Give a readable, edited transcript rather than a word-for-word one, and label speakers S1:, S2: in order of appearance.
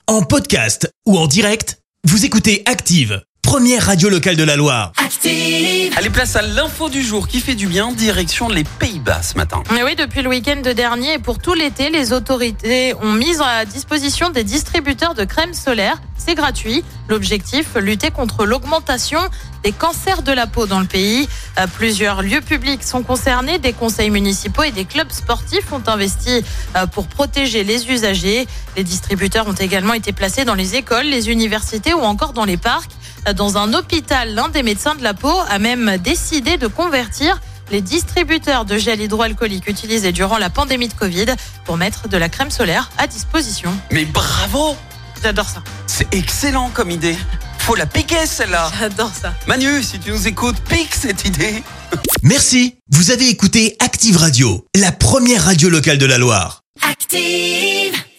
S1: En podcast ou en direct, vous écoutez Active, première radio locale de la Loire.
S2: Active. Allez, place à l'info du jour qui fait du bien, direction les Pays-Bas ce matin.
S3: Mais oui, depuis le week-end dernier et pour tout l'été, les autorités ont mis à disposition des distributeurs de crème solaire. C'est gratuit. L'objectif, lutter contre l'augmentation des cancers de la peau dans le pays. Plusieurs lieux publics sont concernés, des conseils municipaux et des clubs sportifs ont investi pour protéger les usagers. Les distributeurs ont également été placés dans les écoles, les universités ou encore dans les parcs. Dans un hôpital, l'un des médecins de la peau a même décidé de convertir les distributeurs de gel hydroalcoolique utilisés durant la pandémie de Covid pour mettre de la crème solaire à disposition.
S2: Mais bravo!
S3: J'adore ça.
S2: C'est excellent comme idée. Faut la piquer celle-là.
S3: J'adore ça.
S2: Manu, si tu nous écoutes, pique cette idée.
S1: Merci, vous avez écouté Active Radio, la première radio locale de la Loire.
S4: Active.